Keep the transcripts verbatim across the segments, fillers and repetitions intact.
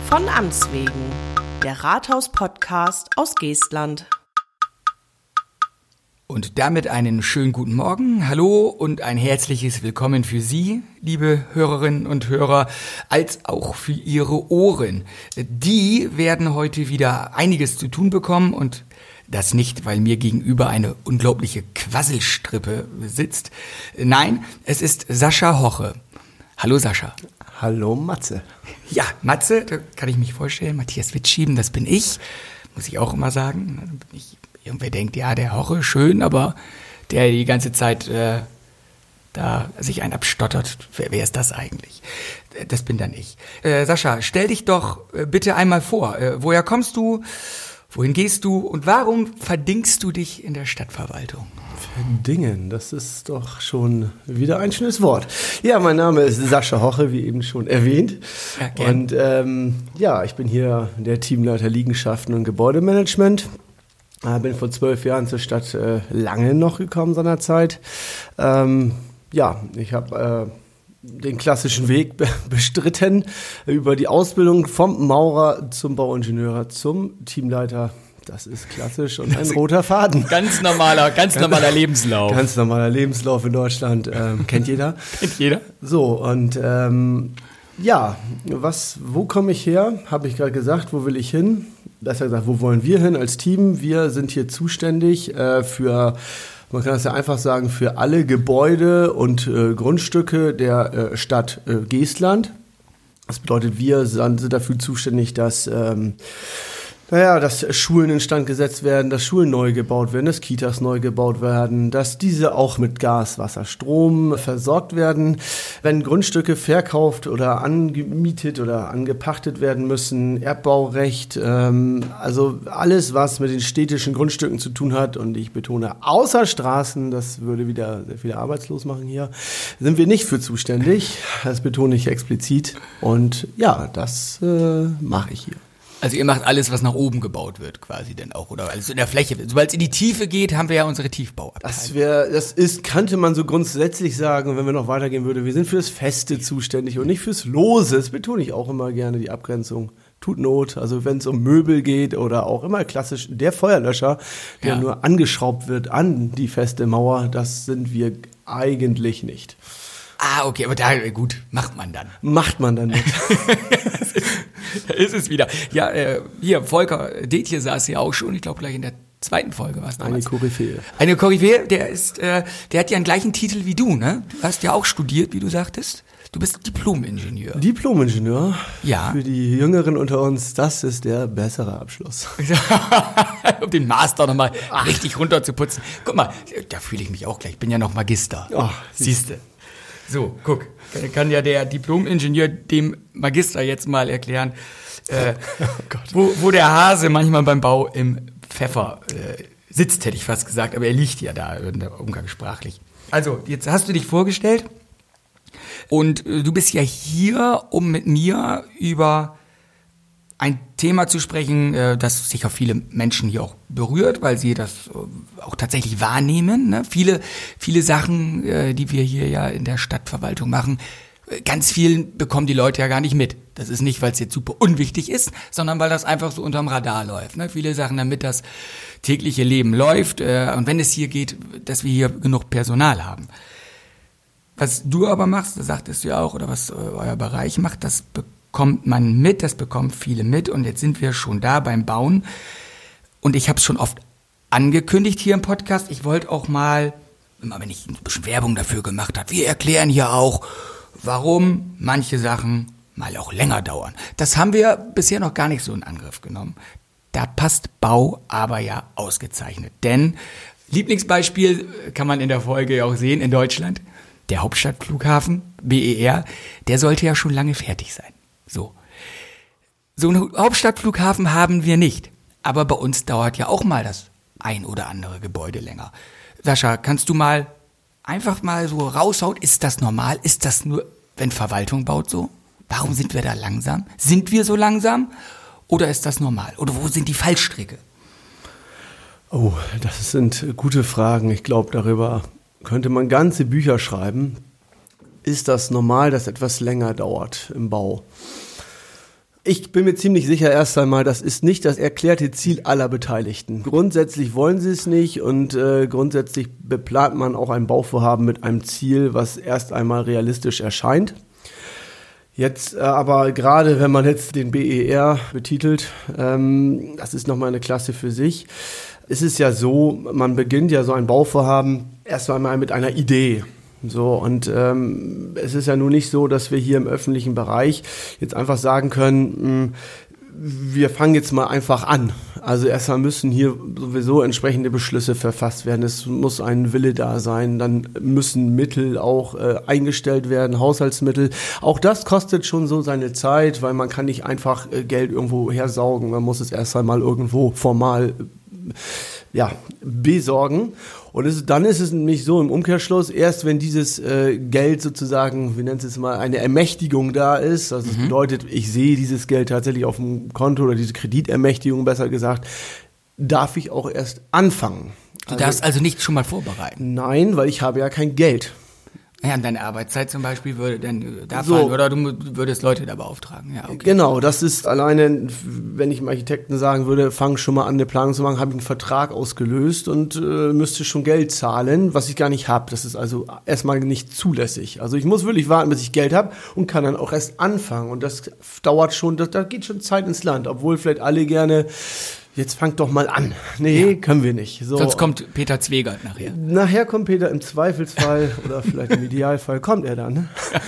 Von Amts wegen, der Rathaus-Podcast aus Geestland. Und damit einen schönen guten Morgen, hallo und ein herzliches Willkommen für Sie, liebe Hörerinnen und Hörer, als auch für Ihre Ohren. Die werden heute wieder einiges zu tun bekommen und das nicht, weil mir gegenüber eine unglaubliche Quasselstrippe sitzt. Nein, es ist Sascha Hoche. Hallo Sascha. Hallo Matze. Ja, Matze, da kann ich mich vorstellen, Matthias Wittschieben, das bin ich, muss ich auch immer sagen. Dann bin ich, irgendwer denkt, ja, der Hoche, schön, aber der die ganze Zeit äh, da sich einen abstottert, wer, wer ist das eigentlich? Das bin dann ich. Äh, Sascha, stell dich doch äh, bitte einmal vor. Äh, woher kommst du? Wohin gehst du? Und warum verdingst du dich in der Stadtverwaltung? Verdingen, das ist doch schon wieder ein schönes Wort. Ja, mein Name ist Sascha Hoche, wie eben schon erwähnt. Ja, gern. Und ähm, ja, ich bin hier der Teamleiter Liegenschaften und Gebäudemanagement. Äh, bin vor zwölf Jahren zur Stadt äh, Langen noch gekommen seinerzeit. Ähm, ja, ich habe äh, den klassischen Weg be- bestritten über die Ausbildung vom Maurer zum Bauingenieur zum Teamleiter. Das ist klassisch und ein roter Faden. Ganz normaler, ganz normaler Lebenslauf. Ganz normaler Lebenslauf in Deutschland, ähm, kennt jeder. Kennt jeder. So, und ähm, ja, was, wo komme ich her? Habe ich gerade gesagt, wo will ich hin? Besser gesagt, wo wollen wir hin als Team? Wir sind hier zuständig äh, für, man kann das ja einfach sagen, für alle Gebäude und äh, Grundstücke der äh, Stadt äh, Geestland. Das bedeutet, wir sind dafür zuständig, dass ähm, Naja, dass Schulen instand gesetzt werden, dass Schulen neu gebaut werden, dass Kitas neu gebaut werden, dass diese auch mit Gas, Wasser, Strom versorgt werden. Wenn Grundstücke verkauft oder angemietet oder angepachtet werden müssen, Erbbaurecht, ähm, also alles, was mit den städtischen Grundstücken zu tun hat, und ich betone, außer Straßen, das würde wieder sehr viele arbeitslos machen hier, sind wir nicht für zuständig. Das betone ich explizit. Und ja, das äh, mache ich hier. Also ihr macht alles, was nach oben gebaut wird, quasi dann auch, oder alles in der Fläche. Sobald es in die Tiefe geht, haben wir ja unsere Tiefbauabteilung. Das wäre, das ist, könnte man so grundsätzlich sagen, wenn wir noch weitergehen würde, wir sind für das Feste zuständig und nicht fürs Lose. Das betone ich auch immer gerne, die Abgrenzung. Tut Not, also wenn es um Möbel geht oder auch immer klassisch der Feuerlöscher, der ja nur angeschraubt wird an die feste Mauer, das sind wir eigentlich nicht. Ah, okay, aber da, gut, macht man dann. Macht man dann nicht. Da ist es wieder. Ja, äh, hier, Volker Detje saß hier auch schon, ich glaube gleich in der zweiten Folge war es damals. Eine Koryphäe. Eine Koryphäe, der ist, äh, der hat ja den gleichen Titel wie du, ne? Du hast ja auch studiert, wie du sagtest. Du bist Diplom-Ingenieur. Diplom-Ingenieur? Ja. Für die Jüngeren unter uns, das ist der bessere Abschluss. Um den Master nochmal richtig runterzuputzen. Guck mal, da fühle ich mich auch gleich. Ich bin ja noch Magister. Oh, siehste. So, guck, kann ja der Diplom-Ingenieur dem Magister jetzt mal erklären, äh, oh Gott. wo, wo der Hase manchmal beim Bau im Pfeffer äh, sitzt, hätte ich fast gesagt, aber er liegt ja da umgangssprachlich. Also, jetzt hast du dich vorgestellt und äh, du bist ja hier, um mit mir über ein Thema zu sprechen, das sicher viele Menschen hier auch berührt, weil sie das auch tatsächlich wahrnehmen. Ne? Viele, viele Sachen, die wir hier ja in der Stadtverwaltung machen, ganz vielen bekommen die Leute ja gar nicht mit. Das ist nicht, weil es jetzt super unwichtig ist, sondern weil das einfach so unterm Radar läuft. Ne? Viele Sachen, damit das tägliche Leben läuft und wenn es hier geht, dass wir hier genug Personal haben. Was du aber machst, das sagtest du ja auch, oder was euer Bereich macht, das bekommt kommt man mit, das bekommen viele mit und jetzt sind wir schon da beim Bauen und ich habe es schon oft angekündigt hier im Podcast, ich wollte auch mal, immer wenn ich ein bisschen Werbung dafür gemacht habe, wir erklären hier auch, warum manche Sachen mal auch länger dauern. Das haben wir bisher noch gar nicht so in Angriff genommen. Da passt Bau aber ja ausgezeichnet, denn Lieblingsbeispiel kann man in der Folge ja auch sehen in Deutschland, der Hauptstadtflughafen, B E R, der sollte ja schon lange fertig sein. So. So einen Hauptstadtflughafen haben wir nicht. Aber bei uns dauert ja auch mal das ein oder andere Gebäude länger. Sascha, kannst du mal einfach mal so raushauen, ist das normal? Ist das nur, wenn Verwaltung baut so? Warum sind wir da langsam? Sind wir so langsam? Oder ist das normal? Oder wo sind die Fallstricke? Oh, das sind gute Fragen. Ich glaube, darüber könnte man ganze Bücher schreiben. Ist das normal, dass etwas länger dauert im Bau? Ich bin mir ziemlich sicher erst einmal, das ist nicht das erklärte Ziel aller Beteiligten. Grundsätzlich wollen sie es nicht und äh, grundsätzlich beplant man auch ein Bauvorhaben mit einem Ziel, was erst einmal realistisch erscheint. Jetzt äh, aber gerade, wenn man jetzt den B E R betitelt, ähm, das ist nochmal eine Klasse für sich. Es ist ja so, man beginnt ja so ein Bauvorhaben erst einmal mit einer Idee. So, und ähm, es ist ja nun nicht so, dass wir hier im öffentlichen Bereich jetzt einfach sagen können, mh, wir fangen jetzt mal einfach an. Also erstmal müssen hier sowieso entsprechende Beschlüsse verfasst werden. Es muss ein Wille da sein. Dann müssen Mittel auch äh, eingestellt werden, Haushaltsmittel. Auch das kostet schon so seine Zeit, weil man kann nicht einfach äh, Geld irgendwo hersaugen. Man muss es erst einmal irgendwo formal ja, besorgen. Und es, dann ist es nämlich so im Umkehrschluss, erst wenn dieses äh, Geld sozusagen, wie nennt es mal, eine Ermächtigung da ist, also mhm. das bedeutet, ich sehe dieses Geld tatsächlich auf dem Konto oder diese Kreditermächtigung, besser gesagt, darf ich auch erst anfangen. Du also, darfst also nicht schon mal vorbereiten? Nein, weil ich habe ja kein Geld. Ja, und deine Arbeitszeit zum Beispiel würde dann da so. fallen, oder du würdest Leute da beauftragen. Ja, okay. Genau, das ist alleine, wenn ich dem Architekten sagen würde, fang schon mal an, eine Planung zu machen, habe ich einen Vertrag ausgelöst und äh, müsste schon Geld zahlen, was ich gar nicht habe. Das ist also erstmal nicht zulässig. Also ich muss wirklich warten, bis ich Geld habe und kann dann auch erst anfangen. Und das dauert schon, da, da geht schon Zeit ins Land, obwohl vielleicht alle gerne... Jetzt fangt doch mal an. Nee, ja. können wir nicht. So. Sonst kommt Peter Zwegert nachher. Nachher kommt Peter im Zweifelsfall oder vielleicht im Idealfall kommt er dann.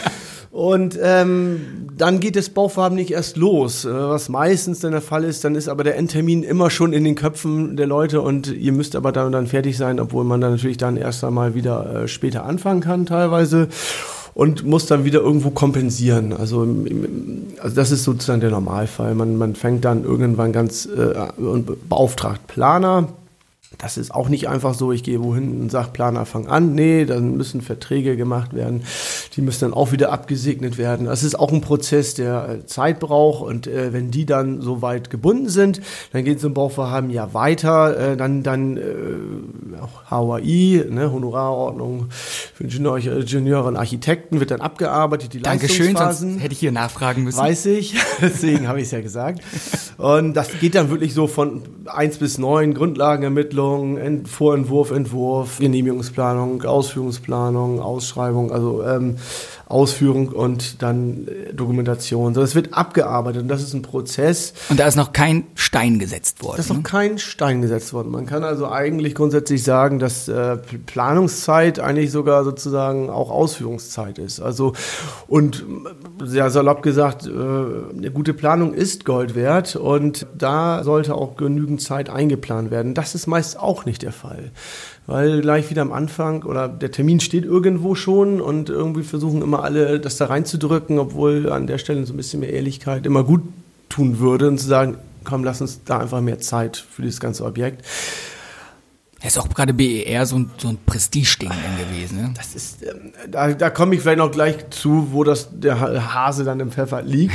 Und ähm, dann geht das Bauvorhaben nicht erst los. Was meistens dann der Fall ist, dann ist aber der Endtermin immer schon in den Köpfen der Leute und ihr müsst aber dann, dann fertig sein, obwohl man dann natürlich dann erst einmal wieder äh, später anfangen kann teilweise. Und muss dann wieder irgendwo kompensieren. Also, also das ist sozusagen der Normalfall. Man, man fängt dann irgendwann ganz äh, und beauftragt Planer. Das ist auch nicht einfach so, ich gehe wohin und sage, Planer, fang an. Nee, dann müssen Verträge gemacht werden. Die müssen dann auch wieder abgesegnet werden. Das ist auch ein Prozess, der äh, Zeit braucht. Und äh, wenn die dann so weit gebunden sind, dann geht so ein Bauvorhaben ja weiter. Äh, dann dann äh, auch H O A I, ne, Honorarordnung für Ingenieur, Ingenieure und Architekten, wird dann abgearbeitet. Die Dankeschön, Leistungsphasen. Sonst hätte ich hier nachfragen müssen. Weiß ich, deswegen habe ich es ja gesagt. Und das geht dann wirklich so von eins bis neun, Grundlagenermittlung, Ent- Vorentwurf, Entwurf, Genehmigungsplanung, Ausführungsplanung, Ausschreibung, also ähm, Ausführung und dann äh, Dokumentation. So, das wird abgearbeitet und das ist ein Prozess. Und da ist noch kein Stein gesetzt worden. Da ist noch kein Stein gesetzt worden. Man kann also eigentlich grundsätzlich sagen, dass äh, Planungszeit eigentlich sogar sozusagen auch Ausführungszeit ist. Also und sehr salopp gesagt, äh, eine gute Planung ist Gold wert und da sollte auch genügend Zeit eingeplant werden. Das ist meist auch nicht der Fall. Weil gleich wieder am Anfang oder der Termin steht irgendwo schon und irgendwie versuchen immer alle das da reinzudrücken, obwohl an der Stelle so ein bisschen mehr Ehrlichkeit immer gut tun würde und zu sagen, komm, lass uns da einfach mehr Zeit für dieses ganze Objekt. Das ist auch gerade B E R so ein, so ein Prestigeding gewesen. Ne? Das ist, ähm, da, da komme ich vielleicht noch gleich zu, wo das der Hase dann im Pfeffer liegt.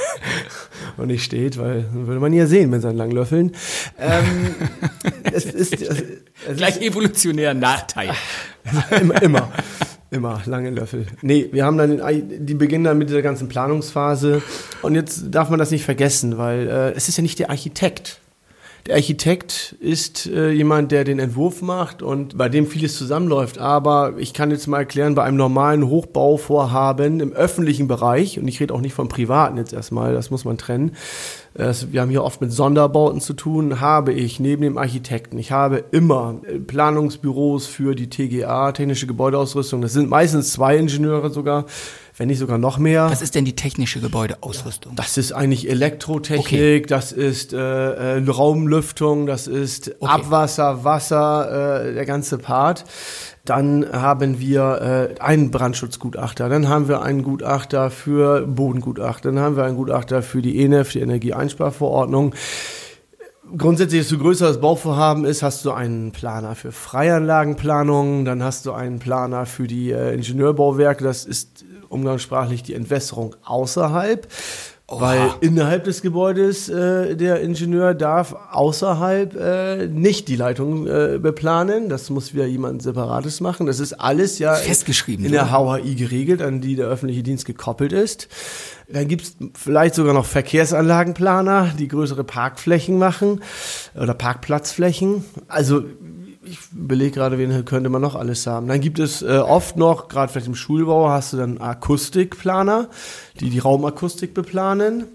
Und nicht steht, weil dann würde man ja sehen mit seinen langen Löffeln. Ähm, es ist, es, es Gleich ist, evolutionärer Nachteil. immer, immer, immer lange Löffel. Nee, wir haben dann, den, die beginnen dann mit dieser ganzen Planungsphase. Und jetzt darf man das nicht vergessen, weil äh, es ist ja nicht der Architekt. Der Architekt ist äh, jemand, der den Entwurf macht und bei dem vieles zusammenläuft. Aber ich kann jetzt mal erklären, bei einem normalen Hochbauvorhaben im öffentlichen Bereich, und ich rede auch nicht vom Privaten jetzt erstmal, das muss man trennen, äh, wir haben hier oft mit Sonderbauten zu tun, habe ich neben dem Architekten, ich habe immer Planungsbüros für die T G A, technische Gebäudeausrüstung. Das sind meistens zwei Ingenieure sogar, wenn nicht sogar noch mehr. Was ist denn die technische Gebäudeausrüstung? Das ist eigentlich Elektrotechnik, okay. Das ist äh, äh, Raumlüftung, das ist okay. Abwasser, Wasser, äh, der ganze Part. Dann haben wir äh, einen Brandschutzgutachter, dann haben wir einen Gutachter für Bodengutachter, dann haben wir einen Gutachter für die E N E F, die Energieeinsparverordnung. Grundsätzlich, desto größer das Bauvorhaben ist, hast du einen Planer für Freianlagenplanung, dann hast du einen Planer für die äh, Ingenieurbauwerke, das ist umgangssprachlich die Entwässerung außerhalb. Oha. Weil innerhalb des Gebäudes äh, der Ingenieur darf außerhalb äh, nicht die Leitung äh, beplanen. Das muss wieder jemand Separates machen. Das ist alles ja festgeschrieben, in der H H I geregelt, an die der öffentliche Dienst gekoppelt ist. Dann gibt's vielleicht sogar noch Verkehrsanlagenplaner, die größere Parkflächen machen oder Parkplatzflächen. Also ich überlege gerade, wen könnte man noch alles haben. Dann gibt es äh, oft noch, gerade vielleicht im Schulbau, hast du dann Akustikplaner, die die Raumakustik beplanen.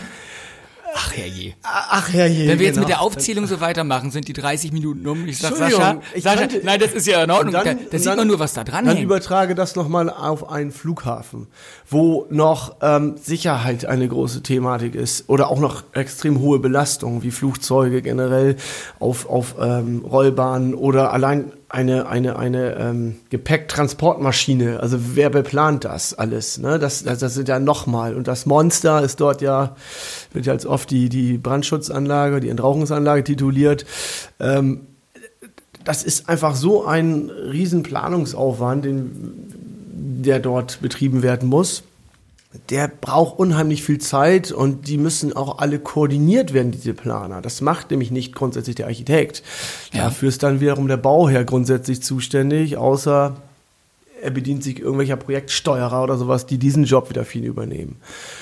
Ach herrje. Ach herrje. Wenn wir jetzt genau. mit der Aufzählung so weitermachen, sind die dreißig Minuten um. Ich sag, Entschuldigung, Sascha, ich Sascha kannte- nein, das ist ja in Ordnung. Und Da, dann- da und sieht dann- man nur, was da dran Dann hängt. übertrage das nochmal auf einen Flughafen, wo noch ähm, Sicherheit eine große Thematik ist oder auch noch extrem hohe Belastungen wie Flugzeuge generell auf, auf ähm, Rollbahnen oder allein eine, eine, eine ähm, Gepäcktransportmaschine. Also wer beplant das alles? Ne? Das, das, das sind ja nochmal. Und das Monster ist dort ja, wird ja als oft die, die Brandschutzanlage, die Entrauchungsanlage tituliert. Ähm, das ist einfach so ein riesen Planungsaufwand, den, der dort betrieben werden muss. Der braucht unheimlich viel Zeit und die müssen auch alle koordiniert werden, diese Planer. Das macht nämlich nicht grundsätzlich der Architekt. Ja. Dafür ist dann wiederum der Bauherr grundsätzlich zuständig, außer er bedient sich irgendwelcher Projektsteuerer oder sowas, die diesen Job wieder für ihn übernehmen.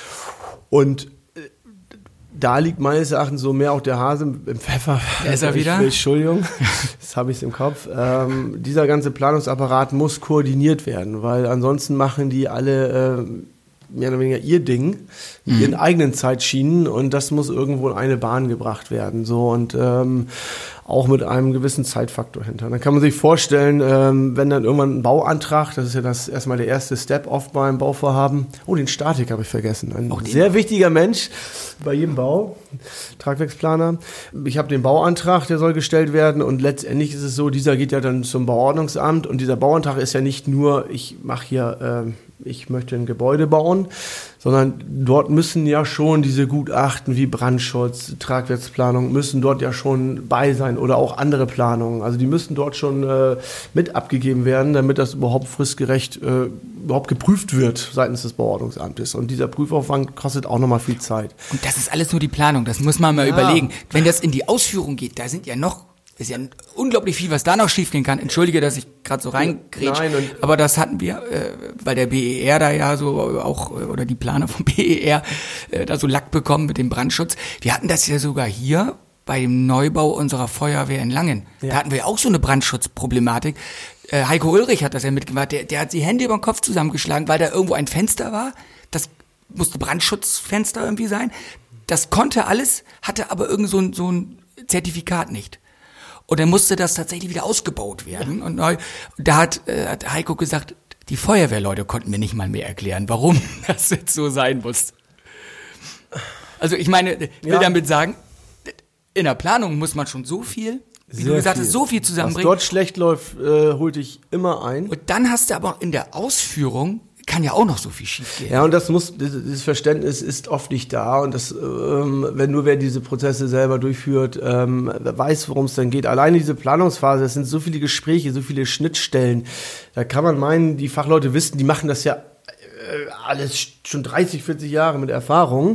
Und äh, da liegt meines Erachtens so mehr auch der Hase im Pfeffer. Da ist er wieder? Ich, Entschuldigung, das habe ich im Kopf. Ähm, dieser ganze Planungsapparat muss koordiniert werden, weil ansonsten machen die alle äh, mehr oder weniger ihr Ding, mhm. ihren eigenen Zeitschienen und das muss irgendwo in eine Bahn gebracht werden. So und ähm, auch mit einem gewissen Zeitfaktor hinter. Dann kann man sich vorstellen, ähm, wenn dann irgendwann ein Bauantrag, das ist ja das erstmal der erste Step oft beim Bauvorhaben. Oh, den Statik habe ich vergessen. Ein sehr wichtiger Mensch bei jedem Bau, Tragwerksplaner. Ich habe den Bauantrag, der soll gestellt werden und letztendlich ist es so, dieser geht ja dann zum Bauordnungsamt und dieser Bauantrag ist ja nicht nur, ich mache hier, äh, ich möchte ein Gebäude bauen, sondern dort müssen ja schon diese Gutachten wie Brandschutz, Tragwerksplanung, müssen dort ja schon bei sein oder auch andere Planungen. Also die müssen dort schon äh, mit abgegeben werden, damit das überhaupt fristgerecht äh, überhaupt geprüft wird seitens des Bauordnungsamtes. Und dieser Prüfaufwand kostet auch nochmal viel Zeit. Und das ist alles nur die Planung, das muss man mal Ja. überlegen. Wenn das in die Ausführung geht, da sind ja noch, ist ja unglaublich viel, was da noch schiefgehen kann. Entschuldige, dass ich gerade so reingrätsche, Nein, und- aber das hatten wir, äh, weil der B E R da ja so auch, äh, oder die Planer vom B E R äh, da so Lack bekommen mit dem Brandschutz. Wir hatten das ja sogar hier bei dem Neubau unserer Feuerwehr in Langen. Ja. Da hatten wir auch so eine Brandschutzproblematik. Äh, Heiko Ulrich hat das ja mitgemacht. Der, der hat die Hände über den Kopf zusammengeschlagen, weil da irgendwo ein Fenster war. Das musste Brandschutzfenster irgendwie sein. Das konnte alles, hatte aber irgend so ein, so ein Zertifikat nicht. Und dann musste das tatsächlich wieder ausgebaut werden. Und neu, da hat, äh, hat Heiko gesagt, die Feuerwehrleute konnten mir nicht mal mehr erklären, warum das jetzt so sein muss. Also ich meine, ich will Ja. damit sagen, in der Planung muss man schon so viel, wie du Sehr gesagt viel. hast, so viel Was zusammenbringen. dort schlecht läuft, äh, holt dich immer ein. Und dann hast du aber auch in der Ausführung, kann ja auch noch so viel schief gehen. Ja, und das muss, dieses Verständnis ist oft nicht da und das, ähm, wenn nur wer diese Prozesse selber durchführt, ähm, weiß, worum es dann geht. Alleine diese Planungsphase, es sind so viele Gespräche, so viele Schnittstellen. Da kann man meinen, die Fachleute wissen, die machen das ja äh, alles schon dreißig, vierzig Jahre mit Erfahrung.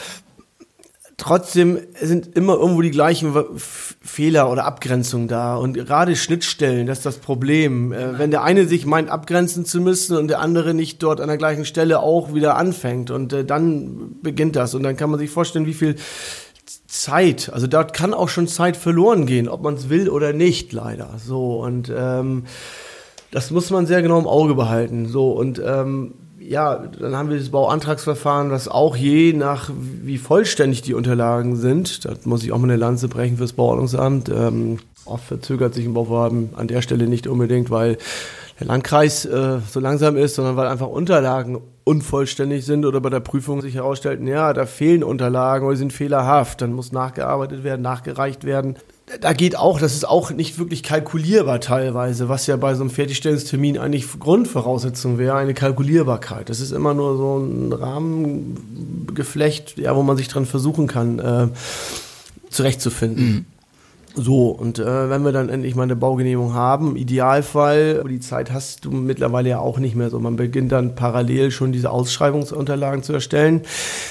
Trotzdem sind immer irgendwo die gleichen F- Fehler oder Abgrenzungen da. Und gerade Schnittstellen, das ist das Problem. Äh, wenn der eine sich meint, abgrenzen zu müssen und der andere nicht dort an der gleichen Stelle auch wieder anfängt. Und äh, dann beginnt das. Und dann kann man sich vorstellen, wie viel Zeit, also dort kann auch schon Zeit verloren gehen, ob man es will oder nicht, leider. So, und ähm, das muss man sehr genau im Auge behalten. So, und ähm, ja, dann haben wir das Bauantragsverfahren, was auch je nach, wie vollständig die Unterlagen sind, da muss ich auch mal eine Lanze brechen fürs Bauordnungsamt. Ähm, oft verzögert sich ein Bauvorhaben an der Stelle nicht unbedingt, weil der Landkreis äh, so langsam ist, sondern weil einfach Unterlagen unvollständig sind oder bei der Prüfung sich herausstellt, ja, da fehlen Unterlagen oder die sind fehlerhaft, dann muss nachgearbeitet werden, nachgereicht werden. Da geht auch, das ist auch nicht wirklich kalkulierbar teilweise, was ja bei so einem Fertigstellungstermin eigentlich Grundvoraussetzung wäre, eine Kalkulierbarkeit. Das ist immer nur so ein Rahmengeflecht, ja, wo man sich dran versuchen kann, äh, zurechtzufinden. Mhm. So, und äh, wenn wir dann endlich mal eine Baugenehmigung haben, im Idealfall, aber die Zeit hast du mittlerweile ja auch nicht mehr so, man beginnt dann parallel schon diese Ausschreibungsunterlagen zu erstellen.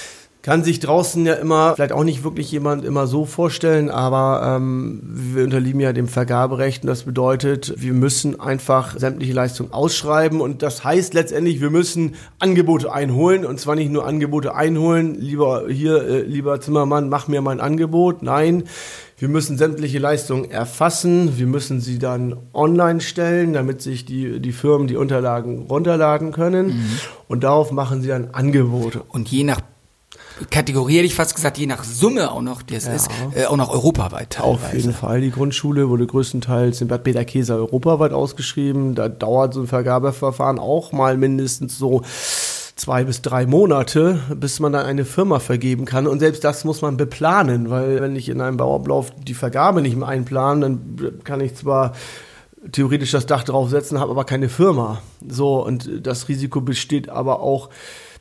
Kann sich draußen ja immer, vielleicht auch nicht wirklich jemand immer so vorstellen, aber ähm, wir unterliegen ja dem Vergaberecht und das bedeutet, wir müssen einfach sämtliche Leistungen ausschreiben und das heißt letztendlich, wir müssen Angebote einholen und zwar nicht nur Angebote einholen, lieber hier, äh, lieber Zimmermann, mach mir mal ein Angebot, nein, wir müssen sämtliche Leistungen erfassen, wir müssen sie dann online stellen, damit sich die, die Firmen die Unterlagen runterladen können mhm. und darauf machen sie dann Angebote. Und je nach Kategorie, hätte ich fast gesagt, je nach Summe auch noch, das ja. ist, äh, auch noch europaweit teilweise. Auf jeden Fall. Die Grundschule wurde größtenteils in Bad Bederkesa europaweit ausgeschrieben. Da dauert so ein Vergabeverfahren auch mal mindestens so zwei bis drei Monate, bis man dann eine Firma vergeben kann. Und selbst das muss man beplanen, weil wenn ich in einem Bauablauf die Vergabe nicht mehr einplanen, dann kann ich zwar theoretisch das Dach draufsetzen, habe aber keine Firma. So, und das Risiko besteht aber auch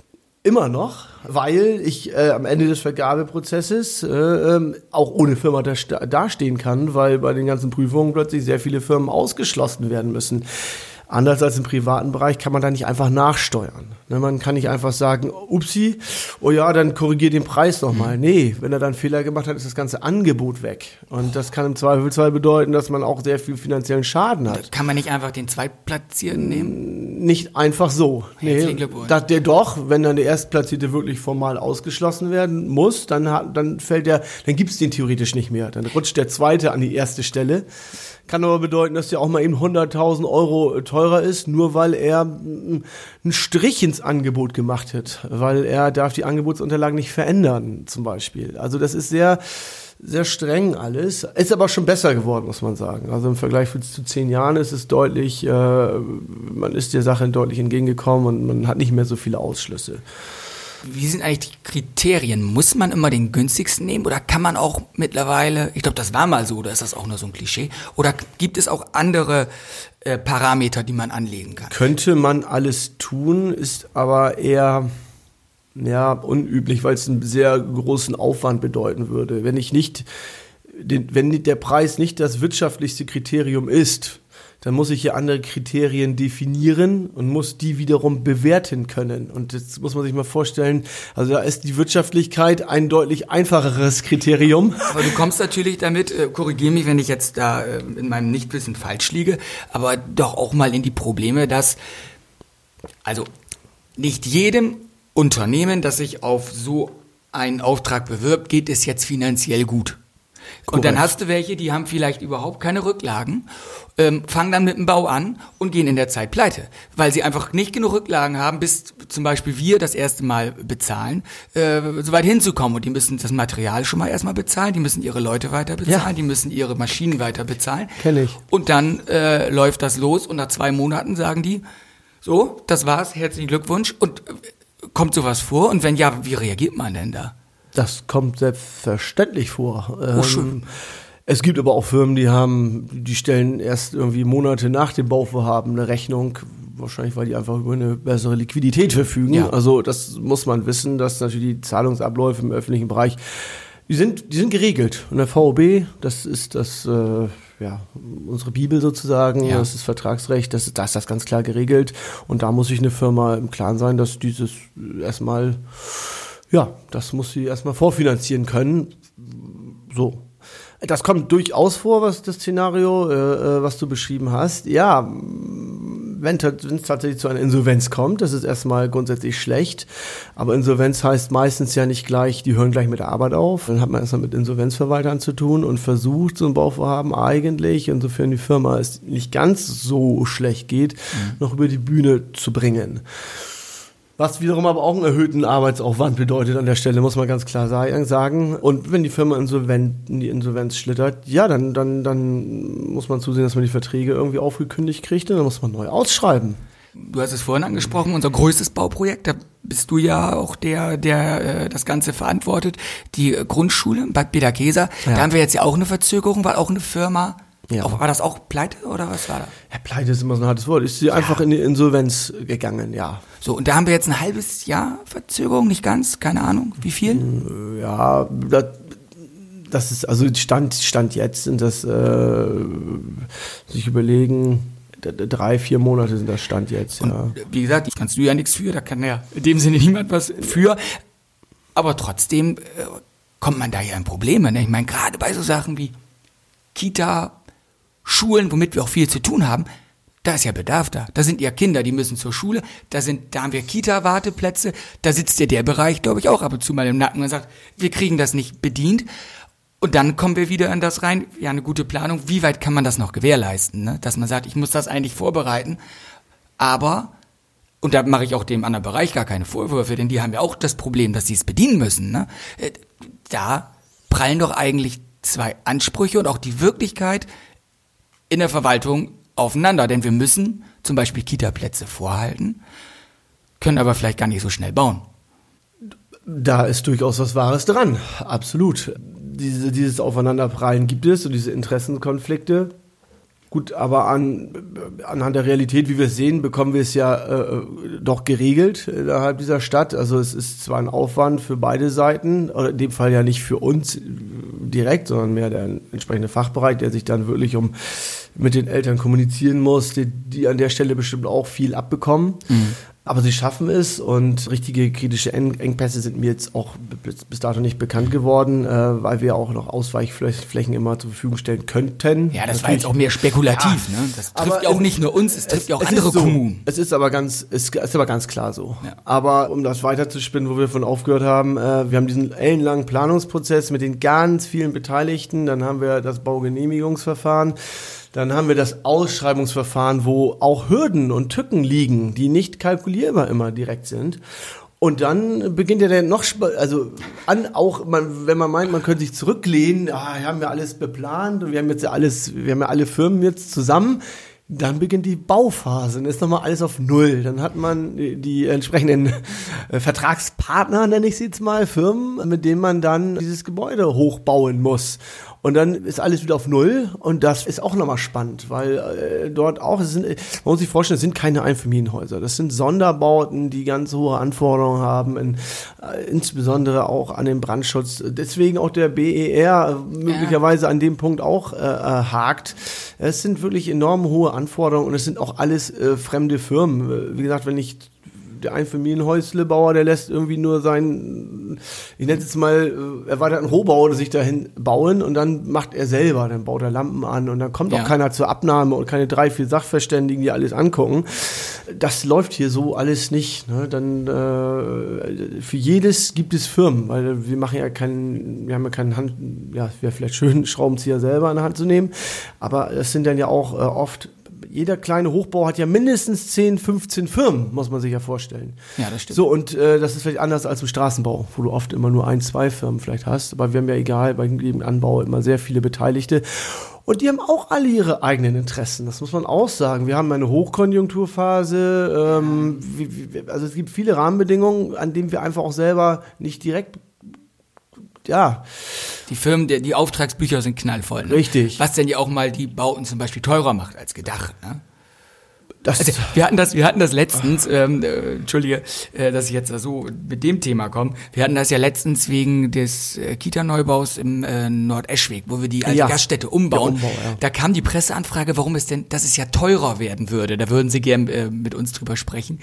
immer noch, weil ich äh, am Ende des Vergabeprozesses äh, äh, auch ohne Firma da, dastehen kann, weil bei den ganzen Prüfungen plötzlich sehr viele Firmen ausgeschlossen werden müssen. Anders als im privaten Bereich kann man da nicht einfach nachsteuern. Ne, man kann nicht einfach sagen, upsi, oh ja, dann korrigier den Preis nochmal. Nee, wenn er dann Fehler gemacht hat, ist das ganze Angebot weg. Und das kann im Zweifelsfall bedeuten, dass man auch sehr viel finanziellen Schaden hat. Kann man nicht einfach den Zweitplatzierten nehmen? Nicht einfach so. Herzlichen Nee, Glückwunsch. dass der doch, wenn dann der Erstplatzierte wirklich formal ausgeschlossen werden muss, dann, hat, dann fällt der, dann gibt's den theoretisch nicht mehr. Dann rutscht der Zweite an die erste Stelle. Kann aber bedeuten, dass der auch mal eben hunderttausend Euro teurer ist, nur weil er einen Strich ins Angebot gemacht hat. Weil er darf die Angebotsunterlagen nicht verändern, zum Beispiel. Also das ist sehr, sehr streng alles. Ist aber schon besser geworden, muss man sagen. Also im Vergleich zu zehn Jahren ist es deutlich, äh, man ist der Sache deutlich entgegengekommen und man hat nicht mehr so viele Ausschlüsse. Wie sind eigentlich die Kriterien? Muss man immer den günstigsten nehmen oder kann man auch mittlerweile, ich glaube, das war mal so, oder ist das auch nur so ein Klischee, oder gibt es auch andere äh, Parameter, die man anlegen kann? Könnte man alles tun, ist aber eher ja, unüblich, weil es einen sehr großen Aufwand bedeuten würde. Wenn ich nicht, den, wenn der Preis nicht das wirtschaftlichste Kriterium ist, dann muss ich ja andere Kriterien definieren und muss die wiederum bewerten können. Und jetzt muss man sich mal vorstellen, also da ist die Wirtschaftlichkeit ein deutlich einfacheres Kriterium. Aber du kommst natürlich damit, äh, korrigiere mich, wenn ich jetzt da äh, in meinem Nichtwissen falsch liege, aber doch auch mal in die Probleme, dass also nicht jedem Unternehmen, das sich auf so einen Auftrag bewirbt, geht es jetzt finanziell gut. Korrekt. Und dann hast du welche, die haben vielleicht überhaupt keine Rücklagen, ähm, fangen dann mit dem Bau an und gehen in der Zeit pleite, weil sie einfach nicht genug Rücklagen haben, bis zum Beispiel wir das erste Mal bezahlen, äh, so weit hinzukommen. Und die müssen das Material schon mal erstmal bezahlen, die müssen ihre Leute weiter bezahlen, ja. die müssen ihre Maschinen weiter bezahlen. Kenn ich. Und dann äh, läuft das los und nach zwei Monaten sagen die, so, das war's, herzlichen Glückwunsch. Und äh, kommt sowas vor? Und wenn ja, wie reagiert man denn da? Das kommt selbstverständlich vor. Oh, schön. Es gibt aber auch Firmen, die haben, die stellen erst irgendwie Monate nach dem Bauvorhaben eine Rechnung, wahrscheinlich weil die einfach über eine bessere Liquidität verfügen. Ja. Also das muss man wissen, dass natürlich die Zahlungsabläufe im öffentlichen Bereich, die sind, die sind geregelt. Und der V O B, das ist das, äh, ja, unsere Bibel sozusagen, ja. das ist Vertragsrecht, das ist, das ist das ganz klar geregelt. Und da muss sich eine Firma im Klaren sein, dass dieses erstmal Ja, das muss sie erstmal vorfinanzieren können. So. Das kommt durchaus vor, was das Szenario, äh, was du beschrieben hast. Ja, wenn es tatsächlich zu einer Insolvenz kommt, das ist erstmal grundsätzlich schlecht. Aber Insolvenz heißt meistens ja nicht gleich, die hören gleich mit der Arbeit auf. Dann hat man erstmal mit Insolvenzverwaltern zu tun und versucht, so ein Bauvorhaben eigentlich, insofern die Firma es nicht ganz so schlecht geht, mhm. noch über die Bühne zu bringen. Was wiederum aber auch einen erhöhten Arbeitsaufwand bedeutet an der Stelle, muss man ganz klar sagen. Und wenn die Firma insolvent, in die Insolvenz schlittert, ja, dann, dann, dann muss man zusehen, dass man die Verträge irgendwie aufgekündigt kriegt und dann muss man neu ausschreiben. Du hast es vorhin angesprochen, unser größtes Bauprojekt, da bist du ja auch der, der äh, das Ganze verantwortet, die äh, Grundschule in Bad Bederkesa. Ja. Da haben wir jetzt ja auch eine Verzögerung, weil auch eine Firma... Ja. Auch, war das auch Pleite oder was war da? Ja, Pleite ist immer so ein hartes Wort. Ist sie ja. einfach in die Insolvenz gegangen, ja. So, und da haben wir jetzt ein halbes Jahr Verzögerung, nicht ganz, keine Ahnung, wie viel? Ja, das, das ist, also Stand, Stand jetzt sind das, äh, sich überlegen, drei, vier Monate sind das Stand jetzt, ja. Und wie gesagt, kannst du ja nichts für, da kann ja in dem Sinne niemand was für. Aber trotzdem äh, kommt man da ja in Probleme. Ne? Ich meine, gerade bei so Sachen wie Kita, Schulen, womit wir auch viel zu tun haben, da ist ja Bedarf da. Da sind ja Kinder, die müssen zur Schule. Da sind, da haben wir Kita-Warteplätze. Da sitzt ja der Bereich, glaube ich, auch ab und zu mal im Nacken und sagt, wir kriegen das nicht bedient. Und dann kommen wir wieder in das rein, ja, eine gute Planung. Wie weit kann man das noch gewährleisten? Ne? Dass man sagt, ich muss das eigentlich vorbereiten. Aber, und da mache ich auch dem anderen Bereich gar keine Vorwürfe, denn die haben ja auch das Problem, dass sie es bedienen müssen. Ne? Da prallen doch eigentlich zwei Ansprüche und auch die Wirklichkeit in der Verwaltung aufeinander. Denn wir müssen zum Beispiel Kita-Plätze vorhalten, können aber vielleicht gar nicht so schnell bauen. Da ist durchaus was Wahres dran, absolut. Diese, dieses Aufeinanderprallen gibt es und diese Interessenkonflikte. Gut, aber an, anhand der Realität, wie wir es sehen, bekommen wir es ja äh, doch geregelt innerhalb dieser Stadt. Also es ist zwar ein Aufwand für beide Seiten, oder in dem Fall ja nicht für uns direkt, sondern mehr der entsprechende Fachbereich, der sich dann wirklich um mit den Eltern kommunizieren muss, die, die an der Stelle bestimmt auch viel abbekommen. Mhm. Aber sie schaffen es und richtige kritische Engpässe sind mir jetzt auch bis, bis dato nicht bekannt geworden, äh, weil wir auch noch Ausweichflächen immer zur Verfügung stellen könnten. Ja, das Natürlich. war jetzt auch mehr spekulativ. Ja, ne? Das trifft ja auch nicht nur uns, es trifft es, ja auch andere so, Kommunen. Es ist aber ganz, es ist aber ganz klar so. Ja. Aber um das weiterzuspinnen, wo wir von aufgehört haben, äh, wir haben diesen ellenlangen Planungsprozess mit den ganz vielen Beteiligten, dann haben wir das Baugenehmigungsverfahren. Dann haben wir das Ausschreibungsverfahren, wo auch Hürden und Tücken liegen, die nicht kalkulierbar immer direkt sind. Und dann beginnt ja dann noch, also an auch, man, wenn man meint, man könnte sich zurücklehnen, ah, wir haben ja alles beplant und wir haben jetzt ja alles, wir haben ja alle Firmen jetzt zusammen. Dann beginnt die Bauphase, dann ist nochmal alles auf Null. Dann hat man die, die entsprechenden äh, Vertragspartner, nenne ich sie jetzt mal, Firmen, mit denen man dann dieses Gebäude hochbauen muss. Und dann ist alles wieder auf Null und das ist auch nochmal spannend, weil äh, dort auch, es sind, man muss sich vorstellen, es sind keine Einfamilienhäuser, das sind Sonderbauten, die ganz hohe Anforderungen haben, in, äh, insbesondere auch an den Brandschutz. Deswegen auch der B E R äh, möglicherweise ja. an dem Punkt auch äh, äh, hakt. Es sind wirklich enorm hohe Anforderungen und es sind auch alles äh, fremde Firmen. Wie gesagt, wenn ich der Einfamilienhäuslebauer, der lässt irgendwie nur seinen, ich nenne es jetzt mal, erweiterten Rohbau sich dahin bauen und dann macht er selber, dann baut er Lampen an und dann kommt ja. auch keiner zur Abnahme und keine drei, vier Sachverständigen, die alles angucken. Das läuft hier so alles nicht. Ne? Dann äh, für jedes gibt es Firmen, weil wir machen ja keinen, wir haben ja keinen Hand, ja, es wäre vielleicht schön, Schraubenzieher selber in der Hand zu nehmen, aber es sind dann ja auch äh, oft jeder kleine Hochbau hat ja mindestens zehn, fünfzehn Firmen, muss man sich ja vorstellen. Ja, das stimmt. So, und äh, das ist vielleicht anders als im Straßenbau, wo du oft immer nur ein, zwei Firmen vielleicht hast. Aber wir haben ja egal, bei jedem Anbau immer sehr viele Beteiligte. Und die haben auch alle ihre eigenen Interessen, das muss man auch sagen. Wir haben eine Hochkonjunkturphase, ähm, wie, wie, also es gibt viele Rahmenbedingungen, an denen wir einfach auch selber nicht direkt ja. Die Firmen, die, die Auftragsbücher sind knallvoll. Ne? Richtig. Was denn ja auch mal die Bauten zum Beispiel teurer macht als gedacht. Ne? Das also, wir hatten das, wir hatten das letztens, ähm, äh, Entschuldige, äh, dass ich jetzt so mit dem Thema komme. Wir hatten das ja letztens wegen des äh, Kita-Neubaus im äh, Nordeschweg, wo wir die alte ja. Gaststätte umbauen. Umbau, ja. Da kam die Presseanfrage, warum es denn, dass es ja teurer werden würde. Da würden Sie gern äh, mit uns drüber sprechen.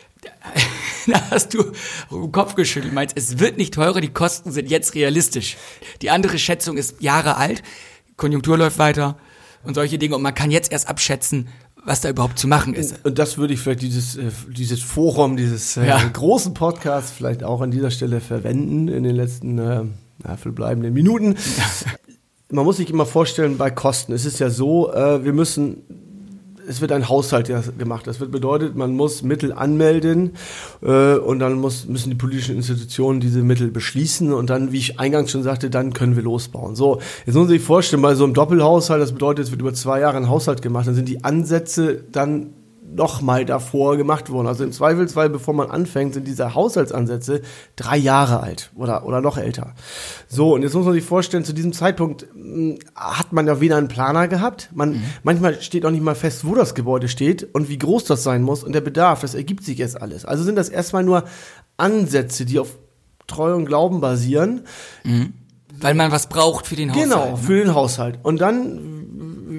Da hast du den Kopf geschüttelt, meinst, es wird nicht teurer, die Kosten sind jetzt realistisch. Die andere Schätzung ist Jahre alt, Konjunktur läuft weiter und solche Dinge und man kann jetzt erst abschätzen, was da überhaupt zu machen ist. Und das würde ich vielleicht dieses, dieses Forum, dieses ja. äh, großen Podcasts vielleicht auch an dieser Stelle verwenden in den letzten äh, ja, verbleibenden Minuten. Man muss sich immer vorstellen, bei Kosten, es ist ja so, äh, wir müssen es wird ein Haushalt ja gemacht. Das wird bedeutet, man muss Mittel anmelden äh, und dann muss, müssen die politischen Institutionen diese Mittel beschließen und dann, wie ich eingangs schon sagte, dann können wir losbauen. So, jetzt muss man sich vorstellen, bei so einem Doppelhaushalt, das bedeutet, es wird über zwei Jahre ein Haushalt gemacht, dann sind die Ansätze dann nochmal davor gemacht worden. Also im Zweifelsfall, bevor man anfängt, sind diese Haushaltsansätze drei Jahre alt oder, oder noch älter. So, und jetzt muss man sich vorstellen, zu diesem Zeitpunkt mh, hat man ja weder einen Planer gehabt, man, mhm. manchmal steht auch nicht mal fest, wo das Gebäude steht und wie groß das sein muss und der Bedarf, das ergibt sich jetzt alles. Also sind das erstmal nur Ansätze, die auf Treu und Glauben basieren. Mhm. Weil man was braucht für den Haushalt. Genau, für ne? den Haushalt. Und dann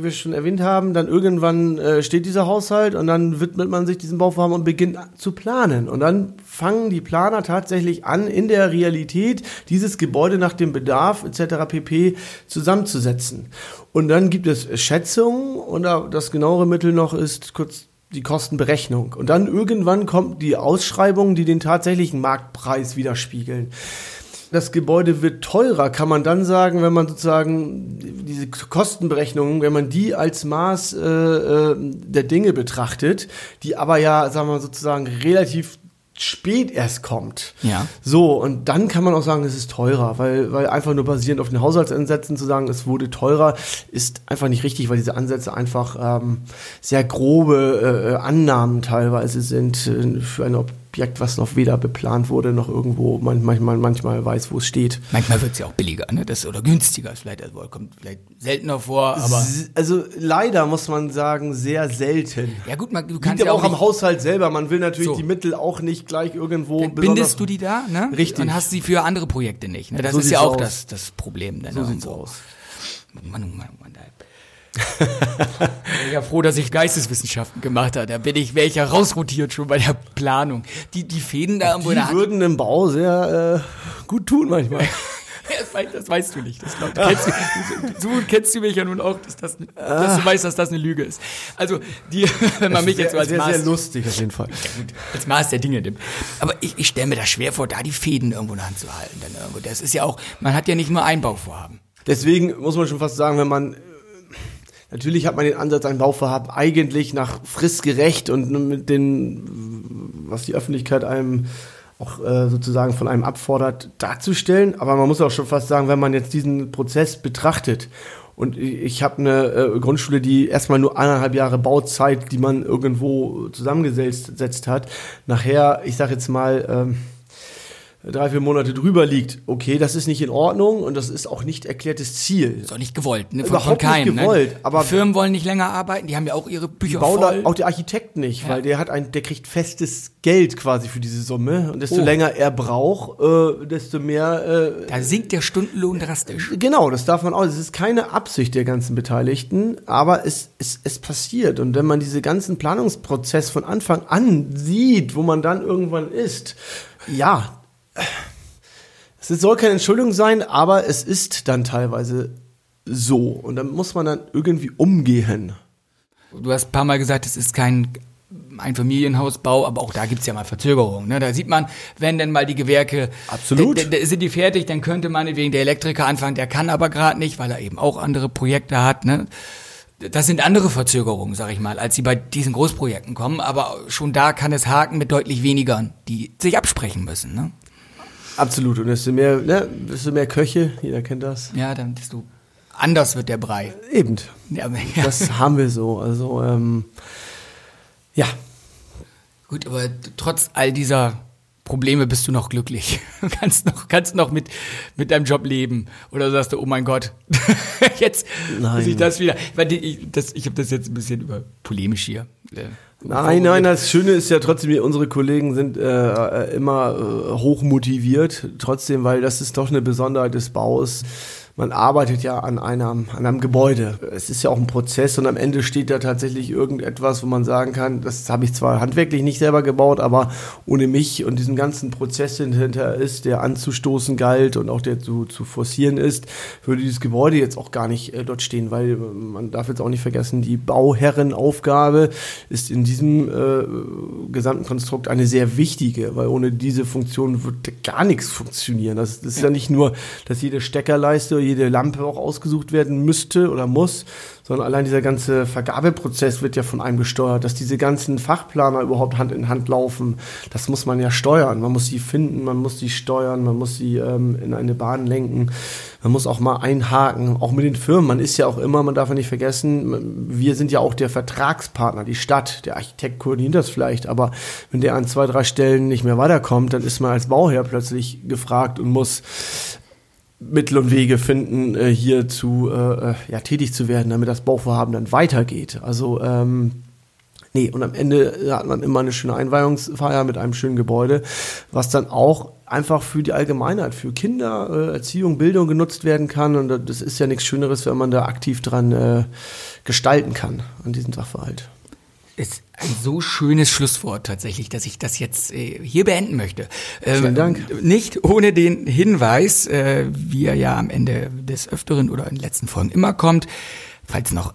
wie wir schon erwähnt haben, dann irgendwann äh, steht dieser Haushalt und dann widmet man sich diesem Bauvorhaben und beginnt zu planen. Und dann fangen die Planer tatsächlich an, in der Realität dieses Gebäude nach dem Bedarf et cetera pp. Zusammenzusetzen. Und dann gibt es Schätzungen und das genauere Mittel noch ist kurz die Kostenberechnung. Und dann irgendwann kommt die Ausschreibung, die den tatsächlichen Marktpreis widerspiegeln. Das Gebäude wird teurer, kann man dann sagen, wenn man sozusagen diese Kostenberechnungen, wenn man die als Maß äh, der Dinge betrachtet, die aber ja, sagen wir mal, sozusagen relativ spät erst kommt. Ja. So, und dann kann man auch sagen, es ist teurer, weil, weil einfach nur basierend auf den Haushaltsansätzen zu sagen, es wurde teurer, ist einfach nicht richtig, weil diese Ansätze einfach ähm, sehr grobe äh, Annahmen teilweise sind äh, für ein Objekt, was noch weder beplant wurde, noch irgendwo man, manchmal, manchmal weiß, wo es steht. Manchmal wird es ja auch billiger, ne? Das, oder günstiger, vielleicht, also, kommt vielleicht seltener vor, aber... Also leider muss man sagen, sehr selten. Ja gut, man, du kannst Liegt ja aber auch auch am nicht, Haushalt selber, man will natürlich So. die Mittel auch nicht gleich irgendwo dann besonders... bindest du die da, ne? Richtig. Und hast sie für andere Projekte nicht, ne? Das So ist ja sieht's auch aus. das, das Problem. Ne? So sieht's Und aus. Mann, oh Mann, oh Mann, da. Ich bin ja froh, dass ich Geisteswissenschaften gemacht habe. Da bin ich, wäre ich ja rausrotiert schon bei der Planung. Die, die Fäden da irgendwo in der Die Hand. würden im Bau sehr äh, gut tun manchmal. Das weißt, das weißt du nicht. Das glaub, du kennst, du, so gut kennst du mich ja nun auch, dass, das, dass du weißt, dass das eine Lüge ist. Also, die, wenn man mich jetzt so als sehr, Maß, sehr lustig auf jeden Fall. als Maß der Dinge nimmt. Aber ich, ich stelle mir das schwer vor, da die Fäden irgendwo in der Hand zu halten. Dann irgendwo. Das ist ja auch, man hat ja nicht nur ein Bauvorhaben. Deswegen muss man schon fast sagen, wenn man natürlich hat man den Ansatz, ein Bauvorhaben eigentlich nach fristgerecht und mit den, was die Öffentlichkeit einem auch äh, sozusagen von einem abfordert, darzustellen. Aber man muss auch schon fast sagen, wenn man jetzt diesen Prozess betrachtet und ich habe eine äh, Grundschule, die erstmal nur eineinhalb Jahre Bauzeit, die man irgendwo zusammengesetzt hat, nachher, ich sage jetzt mal, ähm, drei, vier Monate drüber liegt, okay, das ist nicht in Ordnung und das ist auch nicht erklärtes Ziel. Ist auch nicht gewollt, ne? Von, Überhaupt von keinem. nicht gewollt, ne? aber die Firmen wollen nicht länger arbeiten, die haben ja auch ihre Bücher Bauler, voll. auch der Architekt nicht, Ja. weil der hat ein, der kriegt festes Geld quasi für diese Summe und desto Oh. länger er braucht, äh, desto mehr. Äh, Da sinkt der Stundenlohn drastisch. genau, das darf man auch. Es ist keine Absicht der ganzen Beteiligten, aber es, es, es passiert und wenn man diese ganzen Planungsprozess von Anfang an sieht, wo man dann irgendwann ist, ja. Es soll keine Entschuldigung sein, aber es ist dann teilweise so. Und dann muss man dann irgendwie umgehen. Du hast ein paar Mal gesagt, es ist kein Einfamilienhausbau, aber auch da gibt's ja mal Verzögerungen. Ne? Da sieht man, wenn denn mal die Gewerke, Absolut. d- d- sind die fertig, dann könnte man wegen der Elektriker anfangen, der kann aber gerade nicht, weil er eben auch andere Projekte hat. Ne? Das sind andere Verzögerungen, sag ich mal, als die bei diesen Großprojekten kommen, aber schon da kann es haken mit deutlich weniger, die sich absprechen müssen. Ne? Absolut. Und desto mehr, ne, desto mehr Köche, jeder kennt das. Ja, dann desto anders wird der Brei. Eben. Ja, aber- ja. Das haben wir so. Also, ähm, ja. Gut, aber trotz all dieser Probleme bist du noch glücklich. Du kannst noch, kannst noch mit, mit deinem Job leben. Oder sagst du, oh mein Gott, jetzt Nein. muss ich das wieder. Weil die, ich das, ich habe das jetzt ein bisschen über polemisch hier. Äh, Nein, nein, das Schöne ist ja trotzdem, unsere Kollegen sind äh, immer äh, hoch motiviert. Trotzdem, weil das ist doch eine Besonderheit des Baus. Man arbeitet ja an einem, an einem Gebäude. Es ist ja auch ein Prozess und am Ende steht da tatsächlich irgendetwas, wo man sagen kann, das habe ich zwar handwerklich nicht selber gebaut, aber ohne mich und diesen ganzen Prozess hinter ist, der anzustoßen galt und auch der zu, zu forcieren ist, würde dieses Gebäude jetzt auch gar nicht äh, dort stehen, weil man darf jetzt auch nicht vergessen, die Bauherrenaufgabe ist in diesem äh, gesamten Konstrukt eine sehr wichtige, weil ohne diese Funktion würde gar nichts funktionieren. Das, das ist ja. ja nicht nur, dass jede Steckerleiste jede Lampe auch ausgesucht werden müsste oder muss, sondern allein dieser ganze Vergabeprozess wird ja von einem gesteuert, dass diese ganzen Fachplaner überhaupt Hand in Hand laufen, das muss man ja steuern, man muss sie finden, man muss sie steuern, man muss sie ähm, in eine Bahn lenken, man muss auch mal einhaken, auch mit den Firmen, man ist ja auch immer, man darf ja nicht vergessen, wir sind ja auch der Vertragspartner, die Stadt, der Architekt koordiniert das vielleicht, aber wenn der an zwei, drei Stellen nicht mehr weiterkommt, dann ist man als Bauherr plötzlich gefragt und muss Mittel und Wege finden, äh, hier zu äh, ja, tätig zu werden, damit das Bauvorhaben dann weitergeht. Also ähm, Nee, und am Ende hat man immer eine schöne Einweihungsfeier mit einem schönen Gebäude, was dann auch einfach für die Allgemeinheit, für Kinder, äh, Erziehung, Bildung genutzt werden kann. Und das ist ja nichts Schöneres, wenn man da aktiv dran äh, gestalten kann, an diesem Sachverhalt. Ist ein so schönes Schlusswort tatsächlich, dass ich das jetzt äh, hier beenden möchte. Ähm, Vielen Dank. Nicht ohne den Hinweis, äh, wie er ja am Ende des Öfteren oder in den letzten Folgen immer kommt, falls noch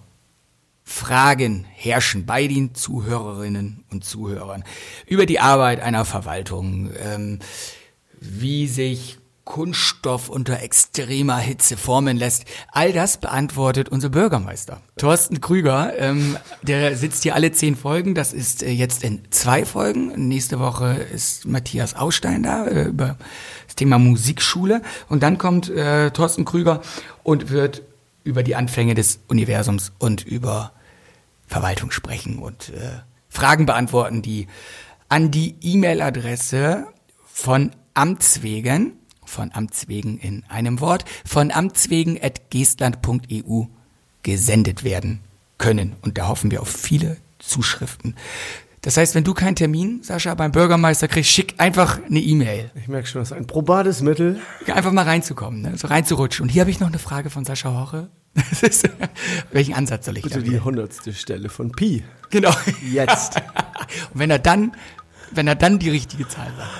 Fragen herrschen bei den Zuhörerinnen und Zuhörern über die Arbeit einer Verwaltung, ähm, wie sich Kunststoff unter extremer Hitze formen lässt. All das beantwortet unser Bürgermeister, Thorsten Krüger. Ähm, der sitzt hier alle zehn Folgen. Das ist äh, jetzt in zwei Folgen. Nächste Woche ist Matthias Ausstein da äh, über das Thema Musikschule. Und dann kommt äh, Thorsten Krüger und wird über die Anfänge des Universums und über Verwaltung sprechen und äh, Fragen beantworten, die an die E-Mail-Adresse von Amts wegen, von Amts wegen in einem Wort, von amtswegen at geestland punkt e u gesendet werden können. Und da hoffen wir auf viele Zuschriften. Das heißt, wenn du keinen Termin, Sascha, beim Bürgermeister kriegst, schick einfach eine E-Mail. Ich merke schon, das ist ein probates Mittel. Einfach mal reinzukommen, ne? So reinzurutschen. Und hier habe ich noch eine Frage von Sascha Hoche. Das ist, welchen Ansatz soll ich Bitte da die hundertste Stelle von Pi. Genau. Jetzt. Und wenn er dann, wenn er dann die richtige Zahl sagt.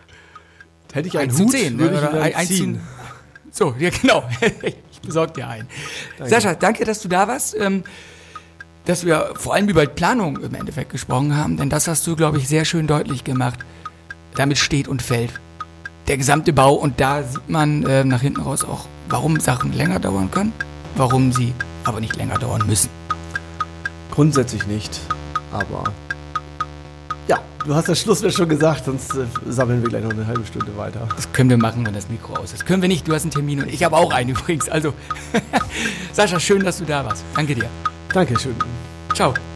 Hätte ich einen eins zu Hut, zehn, würde ne? ich ihn Oder dann eins ziehen. zu, so, ja genau. Ich besorge dir einen. Danke. Sascha, danke, dass du da warst. Ähm, dass wir vor allem über Planung im Endeffekt gesprochen haben, denn das hast du, glaube ich, sehr schön deutlich gemacht. Damit steht und fällt der gesamte Bau und da sieht man äh, nach hinten raus auch, warum Sachen länger dauern können, warum sie aber nicht länger dauern müssen. Grundsätzlich nicht, aber ja, du hast das Schlusswort schon gesagt, sonst äh, sammeln wir gleich noch eine halbe Stunde weiter. Das können wir machen, wenn das Mikro aus ist. Können wir nicht, du hast einen Termin und ich habe auch einen übrigens. Also, Sascha, schön, dass du da warst. Danke dir. Dankeschön. Ciao.